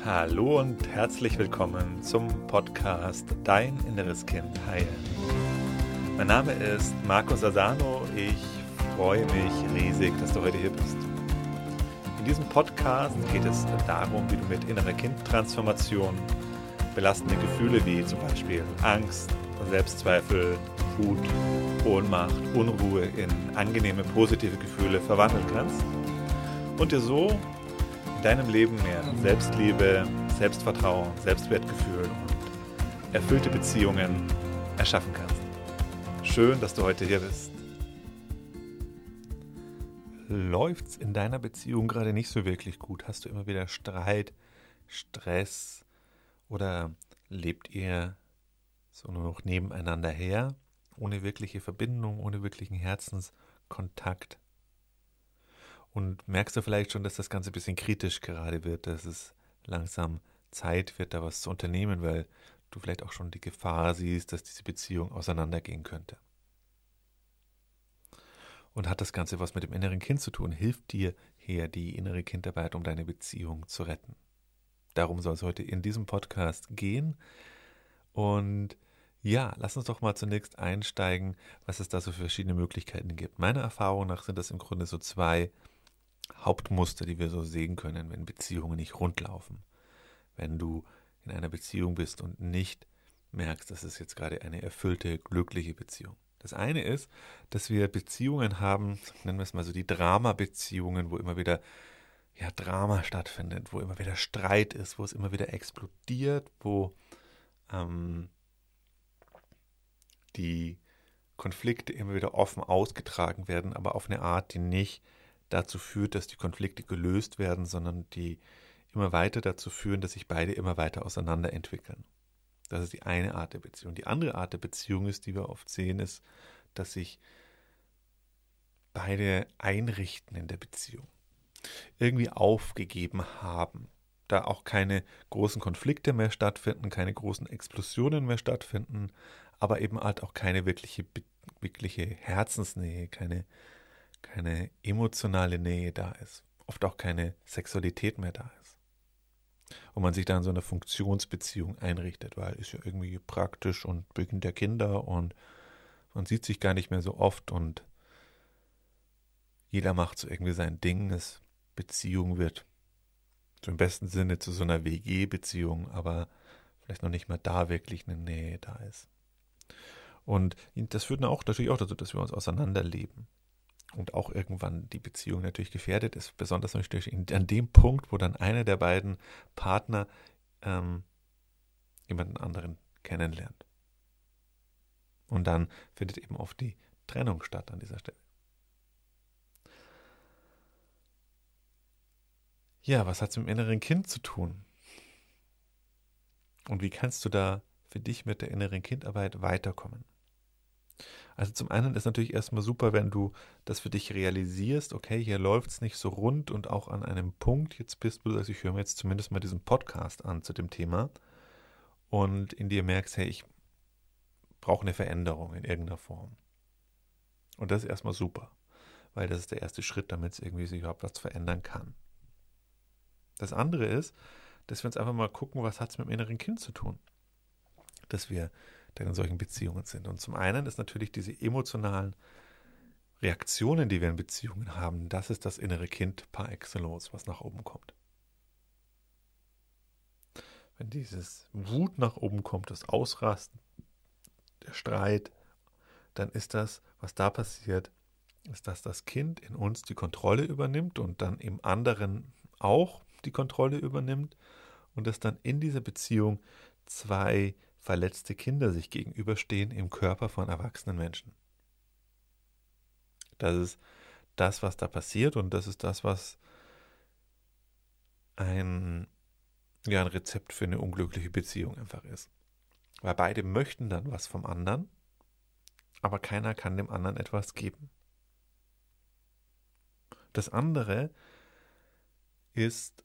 Hallo und herzlich willkommen zum Podcast Dein inneres Kind heilen. Mein Name ist Markus Asano. Ich freue mich riesig, dass du heute hier bist. In diesem Podcast geht es darum, wie du mit innerer Kindtransformation belastende Gefühle wie zum Beispiel Angst, Selbstzweifel, Wut, Ohnmacht, Unruhe in angenehme, positive Gefühle verwandeln kannst und dir so in deinem Leben mehr Selbstliebe, Selbstvertrauen, Selbstwertgefühl und erfüllte Beziehungen erschaffen kannst. Schön, dass du heute hier bist. Läuft's in deiner Beziehung gerade nicht so wirklich gut? Hast du immer wieder Streit, Stress oder lebt ihr so nur noch nebeneinander her, ohne wirkliche Verbindung, ohne wirklichen Herzenskontakt? Und merkst du vielleicht schon, dass das Ganze ein bisschen kritisch gerade wird, dass es langsam Zeit wird, da was zu unternehmen, weil du vielleicht auch schon die Gefahr siehst, dass diese Beziehung auseinandergehen könnte. Und hat das Ganze was mit dem inneren Kind zu tun? Hilft dir hier die innere Kindarbeit, um deine Beziehung zu retten? Darum soll es heute in diesem Podcast gehen. Und ja, lass uns doch mal zunächst einsteigen, was es da so für verschiedene Möglichkeiten gibt. Meiner Erfahrung nach sind das im Grunde so zwei Hauptmuster, die wir so sehen können, wenn Beziehungen nicht rund laufen. Wenn du in einer Beziehung bist und nicht merkst, dass es jetzt gerade eine erfüllte, glückliche Beziehung. Das eine ist, dass wir Beziehungen haben, nennen wir es mal so die Drama-Beziehungen, wo immer wieder Drama stattfindet, wo immer wieder Streit ist, wo es immer wieder explodiert, wo die Konflikte immer wieder offen ausgetragen werden, aber auf eine Art, die nicht dazu führt, dass die Konflikte gelöst werden, sondern die immer weiter dazu führen, dass sich beide immer weiter auseinanderentwickeln. Das ist die eine Art der Beziehung. Die andere Art der Beziehung ist, die wir oft sehen, ist, dass sich beide einrichten in der Beziehung, irgendwie aufgegeben haben, da auch keine großen Konflikte mehr stattfinden, keine großen Explosionen mehr stattfinden, aber eben halt auch keine wirkliche Herzensnähe, keine emotionale Nähe da ist. Oft auch keine Sexualität mehr da ist. Und man sich da in so einer Funktionsbeziehung einrichtet, weil ist ja irgendwie praktisch und wegen der Kinder und man sieht sich gar nicht mehr so oft und jeder macht so irgendwie sein Ding. Beziehung wird so im besten Sinne zu so einer WG-Beziehung, aber vielleicht noch nicht mal da wirklich eine Nähe da ist. Und das führt natürlich auch dazu, dass wir uns auseinanderleben. Und auch irgendwann die Beziehung natürlich gefährdet ist, besonders natürlich an dem Punkt, wo dann einer der beiden Partner jemanden anderen kennenlernt. Und dann findet eben oft die Trennung statt an dieser Stelle. Ja, was hat es mit dem inneren Kind zu tun? Und wie kannst du da für dich mit der inneren Kindarbeit weiterkommen? Also zum einen ist natürlich erstmal super, wenn du das für dich realisierst, okay, hier läuft es nicht so rund und auch an einem Punkt jetzt bist du, also ich höre mir jetzt zumindest mal diesen Podcast an zu dem Thema und in dir merkst, hey, ich brauche eine Veränderung in irgendeiner Form. Und das ist erstmal super, weil das ist der erste Schritt, damit es irgendwie sich überhaupt was verändern kann. Das andere ist, dass wir uns einfach mal gucken, was hat es mit dem inneren Kind zu tun, dass wir dann in solchen Beziehungen sind. Und zum einen ist natürlich diese emotionalen Reaktionen, die wir in Beziehungen haben, das ist das innere Kind par excellence, was nach oben kommt. Wenn dieses Wut nach oben kommt, das Ausrasten, der Streit, dann ist das, was da passiert, ist, dass das Kind in uns die Kontrolle übernimmt und dann im anderen auch die Kontrolle übernimmt und dass dann in dieser Beziehung zwei verletzte Kinder sich gegenüberstehen im Körper von erwachsenen Menschen. Das ist das, was da passiert und das ist das, was ein Rezept für eine unglückliche Beziehung einfach ist. Weil beide möchten dann was vom anderen, aber keiner kann dem anderen etwas geben. Das andere ist,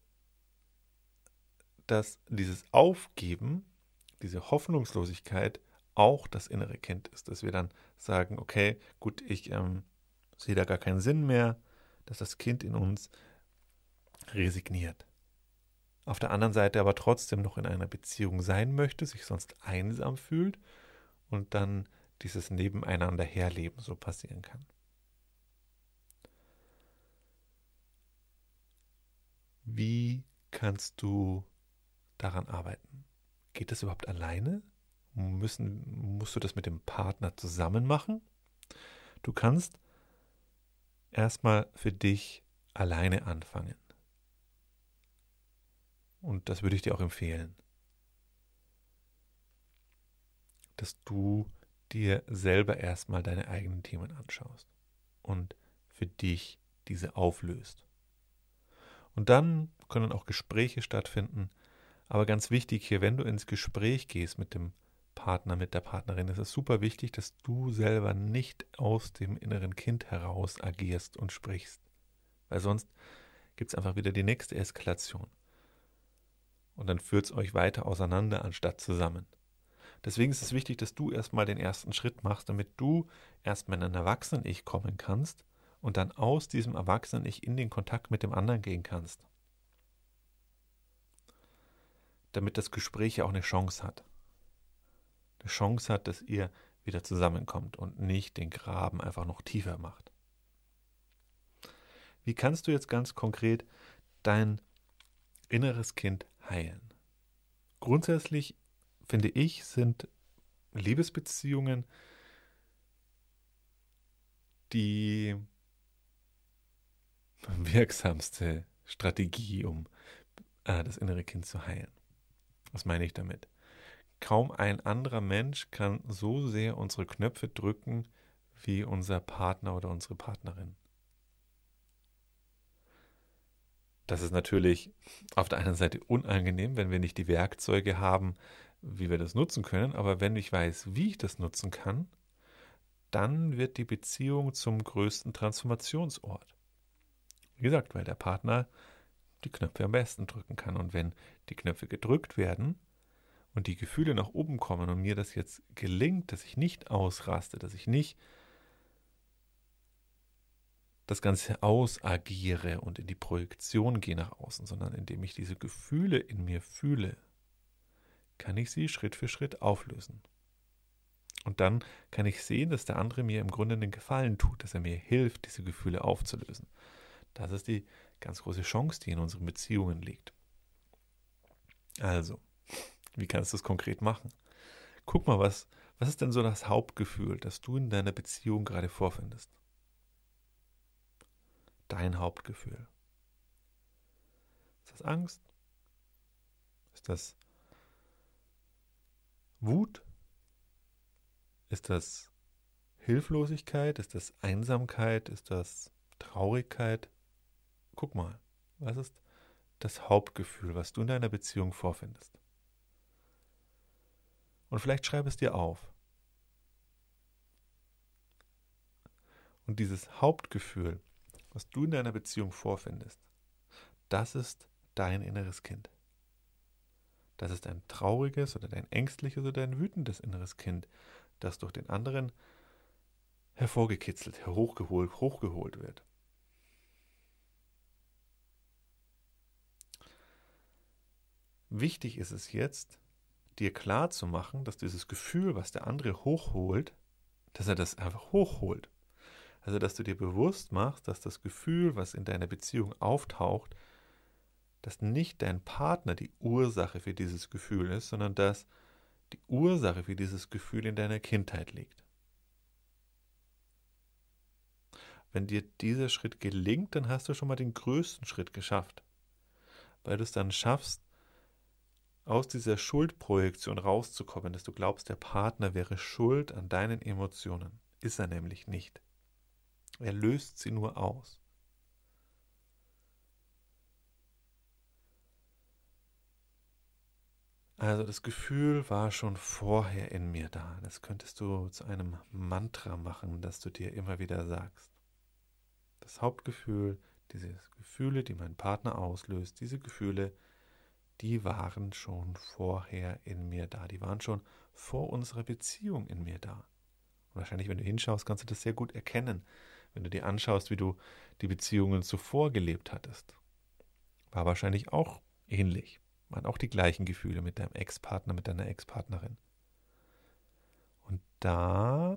dass dieses Aufgeben, diese Hoffnungslosigkeit auch das innere Kind ist, dass wir dann sagen, okay, gut, ich sehe da gar keinen Sinn mehr, dass das Kind in uns resigniert. auf der anderen Seite aber trotzdem noch in einer Beziehung sein möchte, sich sonst einsam fühlt und dann dieses Nebeneinander herleben so passieren kann. Wie kannst du daran arbeiten? Geht das überhaupt alleine? Musst du das mit dem Partner zusammen machen? Du kannst erstmal für dich alleine anfangen. Und das würde ich dir auch empfehlen, dass du dir selber erstmal deine eigenen Themen anschaust und für dich diese auflöst. Und dann können auch Gespräche stattfinden. Aber ganz wichtig hier, wenn du ins Gespräch gehst mit dem Partner, mit der Partnerin, ist es super wichtig, dass du selber nicht aus dem inneren Kind heraus agierst und sprichst. Weil sonst gibt es einfach wieder die nächste Eskalation. Und dann führt es euch weiter auseinander, anstatt zusammen. Deswegen ist es wichtig, dass du erstmal den ersten Schritt machst, damit du erstmal in ein Erwachsenen-Ich kommen kannst und dann aus diesem Erwachsenen-Ich in den Kontakt mit dem anderen gehen kannst. Damit das Gespräch ja auch eine Chance hat. Eine Chance hat, dass ihr wieder zusammenkommt und nicht den Graben einfach noch tiefer macht. Wie kannst du jetzt ganz konkret dein inneres Kind heilen? Grundsätzlich, finde ich, sind Liebesbeziehungen die wirksamste Strategie, um das innere Kind zu heilen. Was meine ich damit? Kaum ein anderer Mensch kann so sehr unsere Knöpfe drücken wie unser Partner oder unsere Partnerin. Das ist natürlich auf der einen Seite unangenehm, wenn wir nicht die Werkzeuge haben, wie wir das nutzen können, aber wenn ich weiß, wie ich das nutzen kann, dann wird die Beziehung zum größten Transformationsort. Wie gesagt, weil der Partner die Knöpfe am besten drücken kann. Und wenn die Knöpfe gedrückt werden und die Gefühle nach oben kommen und mir das jetzt gelingt, dass ich nicht ausraste, dass ich nicht das Ganze ausagiere und in die Projektion gehe nach außen, sondern indem ich diese Gefühle in mir fühle, kann ich sie Schritt für Schritt auflösen. Und dann kann ich sehen, dass der andere mir im Grunde einen Gefallen tut, dass er mir hilft, diese Gefühle aufzulösen. Das ist die ganz große Chance, die in unseren Beziehungen liegt. Also, wie kannst du es konkret machen? Guck mal, was ist denn so das Hauptgefühl, das du in deiner Beziehung gerade vorfindest? Dein Hauptgefühl. Ist das Angst? Ist das Wut? Ist das Hilflosigkeit? Ist das Einsamkeit? Ist das Traurigkeit? Guck mal, was ist das Hauptgefühl, was du in deiner Beziehung vorfindest? Und vielleicht schreib es dir auf. Und dieses Hauptgefühl, was du in deiner Beziehung vorfindest, das ist dein inneres Kind. Das ist ein trauriges oder dein ängstliches oder ein wütendes inneres Kind, das durch den anderen hervorgekitzelt, hochgeholt wird. Wichtig ist es jetzt, dir klar zu machen, dass dieses Gefühl, was der andere hochholt, dass er das einfach hochholt. Also, dass du dir bewusst machst, dass das Gefühl, was in deiner Beziehung auftaucht, dass nicht dein Partner die Ursache für dieses Gefühl ist, sondern dass die Ursache für dieses Gefühl in deiner Kindheit liegt. Wenn dir dieser Schritt gelingt, dann hast du schon mal den größten Schritt geschafft, weil du es dann schaffst, aus dieser Schuldprojektion rauszukommen, dass du glaubst, der Partner wäre schuld an deinen Emotionen. Ist er nämlich nicht. Er löst sie nur aus. Also das Gefühl war schon vorher in mir da. Das könntest du zu einem Mantra machen, das du dir immer wieder sagst. Das Hauptgefühl, diese Gefühle, die mein Partner auslöst, diese Gefühle, die waren schon vorher in mir da. Die waren schon vor unserer Beziehung in mir da. Und wahrscheinlich, wenn du hinschaust, kannst du das sehr gut erkennen, wenn du dir anschaust, wie du die Beziehungen zuvor gelebt hattest. War wahrscheinlich auch ähnlich. Man hat auch die gleichen Gefühle mit deinem Ex-Partner, mit deiner Ex-Partnerin. Und da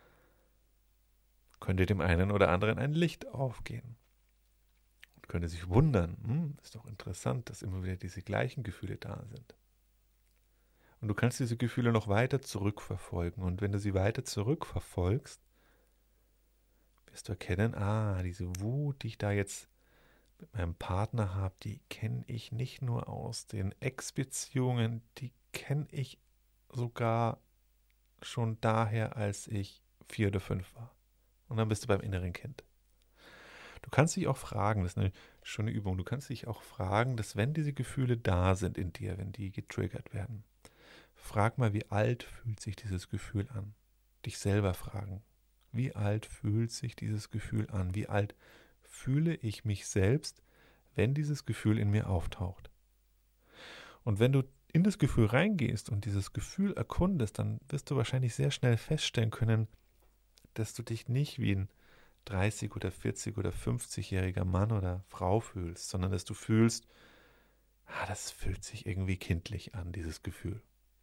könnte dem einen oder anderen ein Licht aufgehen. Und könnte sich wundern, ist doch interessant, dass immer wieder diese gleichen Gefühle da sind. Und du kannst diese Gefühle noch weiter zurückverfolgen. Und wenn du sie weiter zurückverfolgst, wirst du erkennen, diese Wut, die ich da jetzt mit meinem Partner habe, die kenne ich nicht nur aus den Ex-Beziehungen, die kenne ich sogar schon daher, als ich 4 oder 5 war. Und dann bist du beim inneren Kind. Du kannst dich auch fragen, das ist eine schöne Übung, du kannst dich auch fragen, dass wenn diese Gefühle da sind in dir, wenn die getriggert werden, frag mal, wie alt fühlt sich dieses Gefühl an? Dich selber fragen. Wie alt fühlt sich dieses Gefühl an? Wie alt fühle ich mich selbst, wenn dieses Gefühl in mir auftaucht? Und wenn du in das Gefühl reingehst und dieses Gefühl erkundest, dann wirst du wahrscheinlich sehr schnell feststellen können, dass du dich nicht wie ein 30- oder 40- oder 50-jähriger Mann oder Frau fühlst, sondern dass du fühlst, das fühlt sich irgendwie kindlich an, dieses Gefühl.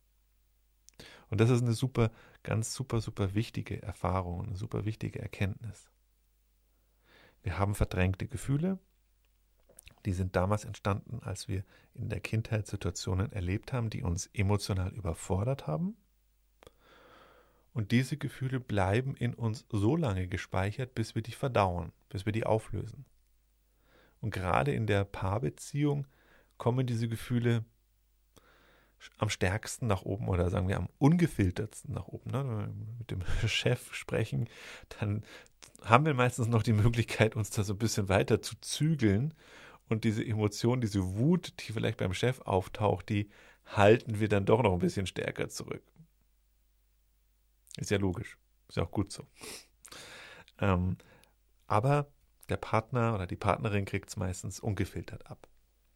Und das ist eine super wichtige Erfahrung, eine super wichtige Erkenntnis. Wir haben verdrängte Gefühle, die sind damals entstanden, als wir in der Kindheit Situationen erlebt haben, die uns emotional überfordert haben. Und diese Gefühle bleiben in uns so lange gespeichert, bis wir die verdauen, bis wir die auflösen. Und gerade in der Paarbeziehung kommen diese Gefühle am stärksten nach oben oder sagen wir am ungefiltertsten nach oben. Ne? Wenn wir mit dem Chef sprechen, dann haben wir meistens noch die Möglichkeit, uns da so ein bisschen weiter zu zügeln und diese Emotion, diese Wut, die vielleicht beim Chef auftaucht, die halten wir dann doch noch ein bisschen stärker zurück. Ist ja logisch, ist ja auch gut so. Aber der Partner oder die Partnerin kriegt es meistens ungefiltert ab.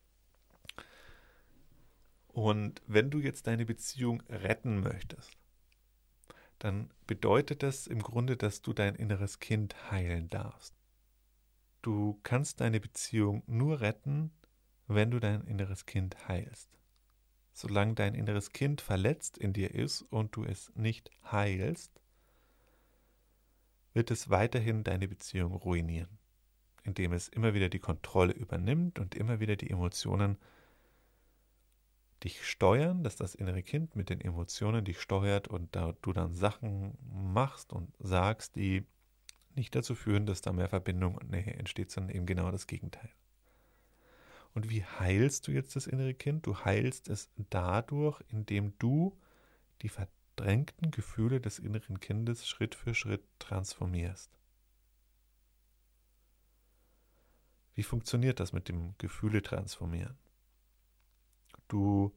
Und wenn du jetzt deine Beziehung retten möchtest, dann bedeutet das im Grunde, dass du dein inneres Kind heilen darfst. Du kannst deine Beziehung nur retten, wenn du dein inneres Kind heilst. Solange dein inneres Kind verletzt in dir ist und du es nicht heilst, wird es weiterhin deine Beziehung ruinieren, indem es immer wieder die Kontrolle übernimmt und immer wieder die Emotionen dich steuern, dass das innere Kind mit den Emotionen dich steuert und da du dann Sachen machst und sagst, die nicht dazu führen, dass da mehr Verbindung und Nähe entsteht, sondern eben genau das Gegenteil. Und wie heilst du jetzt das innere Kind? Du heilst es dadurch, indem du die verdrängten Gefühle des inneren Kindes Schritt für Schritt transformierst. Wie funktioniert das mit dem Gefühle transformieren? Du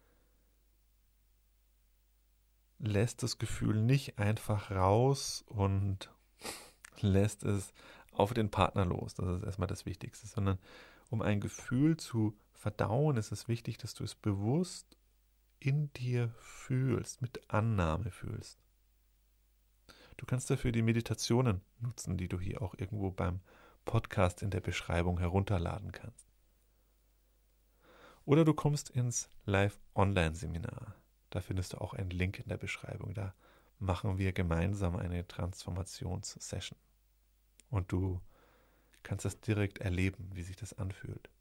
lässt das Gefühl nicht einfach raus und lässt es auf den Partner los. Das ist erstmal das Wichtigste. Sondern um ein Gefühl zu verdauen, ist es wichtig, dass du es bewusst in dir fühlst, mit Annahme fühlst. Du kannst dafür die Meditationen nutzen, die du hier auch irgendwo beim Podcast in der Beschreibung herunterladen kannst. Oder du kommst ins Live-Online-Seminar. Da findest du auch einen Link in der Beschreibung. Da machen wir gemeinsam eine Transformationssession. Und du kannst das direkt erleben, wie sich das anfühlt.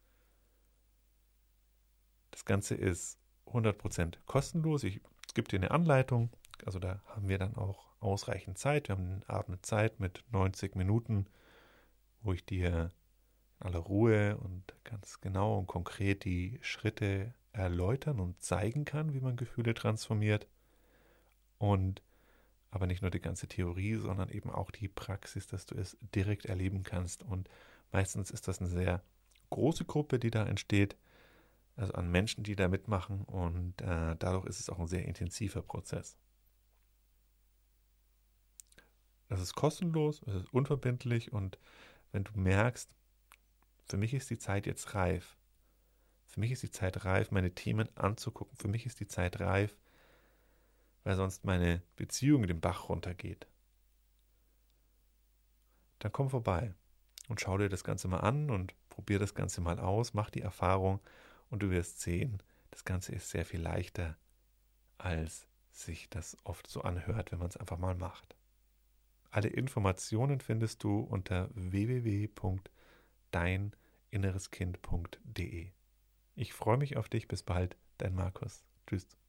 Das Ganze ist 100% kostenlos. Ich gebe dir eine Anleitung. Also da haben wir dann auch ausreichend Zeit. Wir haben einen Abend Zeit mit 90 Minuten, wo ich dir in aller Ruhe und ganz genau und konkret die Schritte erläutern und zeigen kann, wie man Gefühle transformiert. Und aber nicht nur die ganze Theorie, sondern eben auch die Praxis, dass du es direkt erleben kannst. Und meistens ist das eine sehr große Gruppe, die da entsteht, also an Menschen, die da mitmachen. Und dadurch ist es auch ein sehr intensiver Prozess. Es ist kostenlos, es ist unverbindlich und wenn du merkst, für mich ist die Zeit jetzt reif, für mich ist die Zeit reif, meine Themen anzugucken, für mich ist die Zeit reif, weil sonst meine Beziehung den Bach runtergeht, dann komm vorbei und schau dir das Ganze mal an und probier das Ganze mal aus, mach die Erfahrung und du wirst sehen, das Ganze ist sehr viel leichter, als sich das oft so anhört, wenn man es einfach mal macht. Alle Informationen findest du unter www.deininnereskind.de. Ich freue mich auf dich. Bis bald, dein Markus. Tschüss.